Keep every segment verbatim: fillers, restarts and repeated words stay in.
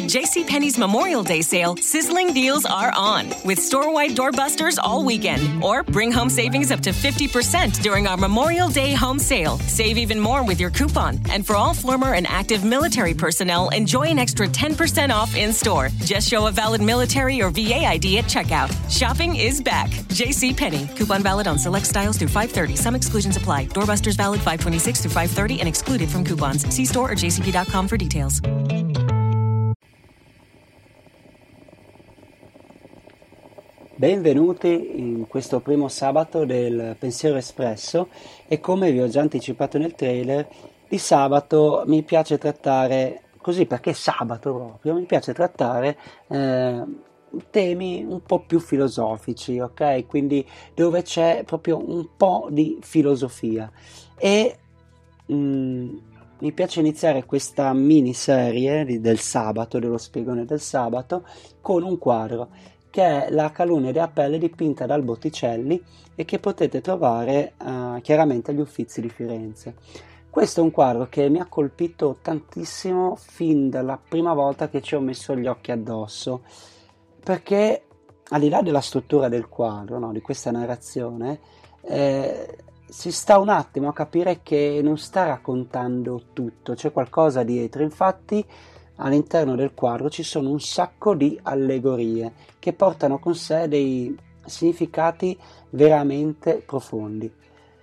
At JCPenney's Memorial Day sale, sizzling deals are on, with store-wide doorbusters all weekend. Or bring home savings up to fifty percent during our Memorial Day home sale. Save even more with your coupon. And for all former and active military personnel, enjoy an extra ten percent off in-store. Just show a valid military or V A I D at checkout. Shopping is back. JCPenney. Coupon valid on select styles through five thirty. Some exclusions apply. Doorbusters valid five twenty-six through five thirty and excluded from coupons. See store or j c p dot com for details. Benvenuti in questo primo sabato del Pensiero Espresso e come vi ho già anticipato nel trailer, di sabato mi piace trattare, così perché sabato proprio, mi piace trattare eh, temi un po' più filosofici, ok? Quindi dove c'è proprio un po' di filosofia e mh, mi piace iniziare questa miniserie di, del sabato, dello spiegone del sabato, con un quadro che è la Calunnia della pelle dipinta dal Botticelli e che potete trovare uh, chiaramente agli Uffizi di Firenze. Questo è un quadro che mi ha colpito tantissimo fin dalla prima volta che ci ho messo gli occhi addosso, perché al di là della struttura del quadro, no, di questa narrazione, eh, si sta un attimo a capire che non sta raccontando tutto, c'è qualcosa dietro. Infatti all'interno del quadro ci sono un sacco di allegorie che portano con sé dei significati veramente profondi.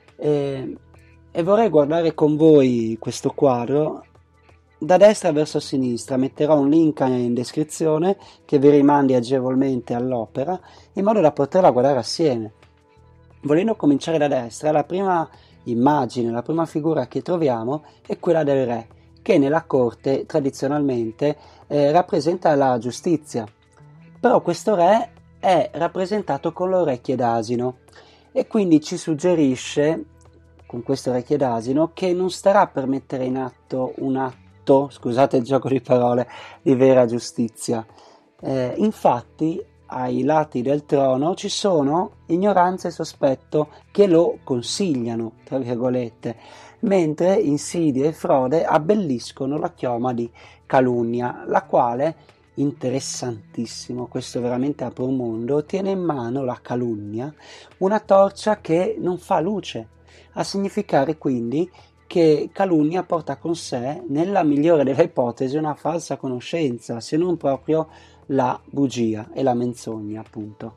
E, e vorrei guardare con voi questo quadro da destra verso sinistra. Metterò un link in descrizione che vi rimandi agevolmente all'opera in modo da poterla guardare assieme. Volendo cominciare da destra, la prima immagine, la prima figura che troviamo è quella del re, che nella corte tradizionalmente eh, rappresenta la giustizia, però questo re è rappresentato con le orecchie d'asino e quindi ci suggerisce, con queste orecchie d'asino, che non starà per mettere in atto un atto, scusate il gioco di parole, di vera giustizia. Eh, infatti ai lati del trono ci sono ignoranza e sospetto che lo consigliano, tra virgolette, mentre insidia e frode abbelliscono la chioma di calunnia, la quale, interessantissimo, questo veramente apre un mondo, tiene in mano la calunnia una torcia che non fa luce, a significare quindi che calunnia porta con sé, nella migliore delle ipotesi, una falsa conoscenza, se non proprio la bugia e la menzogna, appunto.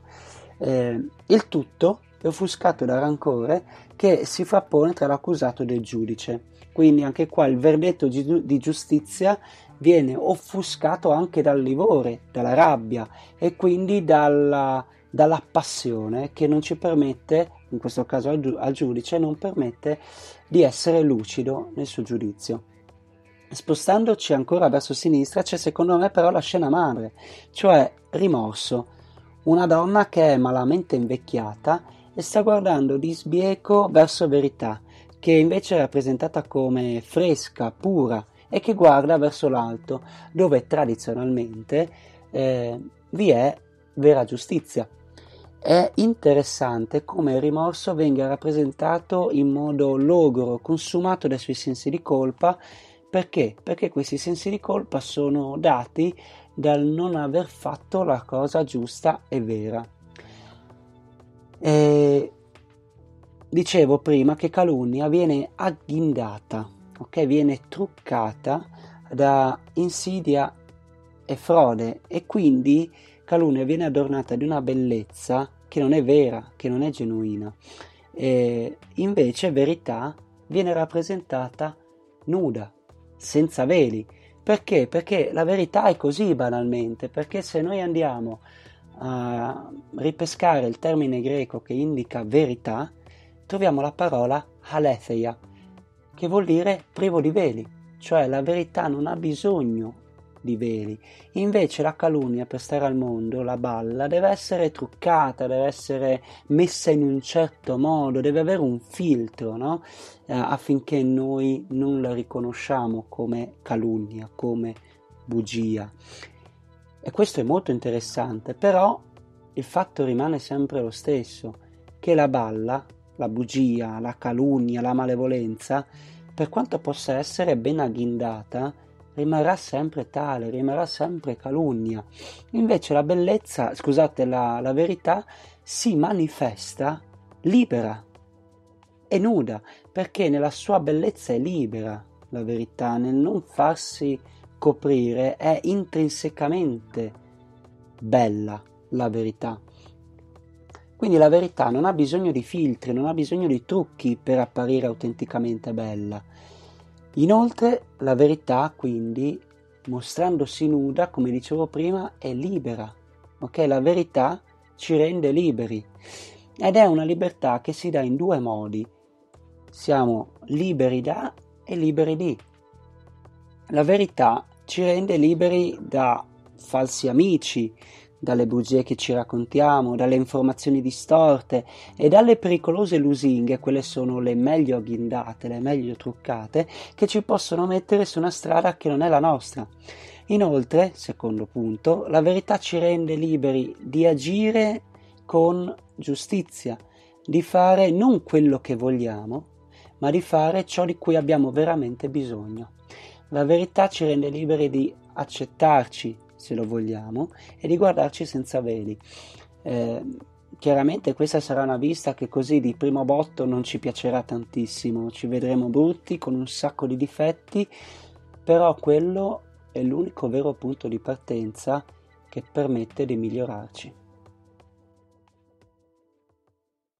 Eh, il tutto è offuscato da rancore che si frappone tra l'accusato e il giudice. Quindi anche qua il verdetto di giustizia viene offuscato anche dal livore, dalla rabbia e quindi dalla, dalla passione che non ci permette, in questo caso al, al giudice, non permette di essere lucido nel suo giudizio. Spostandoci ancora verso sinistra c'è secondo me però la scena madre, cioè rimorso, una donna che è malamente invecchiata e sta guardando di sbieco verso verità, che invece è rappresentata come fresca, pura e che guarda verso l'alto, dove tradizionalmente eh, vi è vera giustizia. È interessante come il rimorso venga rappresentato in modo logoro, consumato dai suoi sensi di colpa. Perché? Perché questi sensi di colpa sono dati dal non aver fatto la cosa giusta e vera. E dicevo prima che calunnia viene agghindata, ok? Viene truccata da insidia e frode e quindi calunnia viene adornata di una bellezza che non è vera, che non è genuina. E invece verità viene rappresentata nuda, senza veli. Perché? Perché la verità è così banalmente, perché se noi andiamo a ripescare il termine greco che indica verità, troviamo la parola aletheia, che vuol dire privo di veli, cioè la verità non ha bisogno di veli. Invece la calunnia, per stare al mondo, la balla, deve essere truccata, deve essere messa in un certo modo, deve avere un filtro, no? Eh, affinché noi non la riconosciamo come calunnia, come bugia. E questo è molto interessante, però il fatto rimane sempre lo stesso, che la balla, la bugia, la calunnia, la malevolenza, per quanto possa essere ben agghindata, rimarrà sempre tale, rimarrà sempre calunnia. Invece la bellezza, scusate, la, la verità si manifesta libera e nuda, perché nella sua bellezza è libera la verità, nel non farsi coprire è intrinsecamente bella la verità. Quindi la verità non ha bisogno di filtri, non ha bisogno di trucchi per apparire autenticamente bella. Inoltre la verità, quindi, mostrandosi nuda, come dicevo prima, è libera. Ok? La verità ci rende liberi ed è una libertà che si dà in due modi. Siamo liberi da e liberi di. La verità ci rende liberi da falsi amici, dalle bugie che ci raccontiamo, dalle informazioni distorte e dalle pericolose lusinghe, quelle sono le meglio agghindate, le meglio truccate, che ci possono mettere su una strada che non è la nostra. Inoltre, secondo punto, la verità ci rende liberi di agire con giustizia, di fare non quello che vogliamo, ma di fare ciò di cui abbiamo veramente bisogno. La verità ci rende liberi di accettarci, se lo vogliamo, e di guardarci senza veli. Eh, chiaramente questa sarà una vista che così di primo botto non ci piacerà tantissimo, ci vedremo brutti, con un sacco di difetti, però quello è l'unico vero punto di partenza che permette di migliorarci.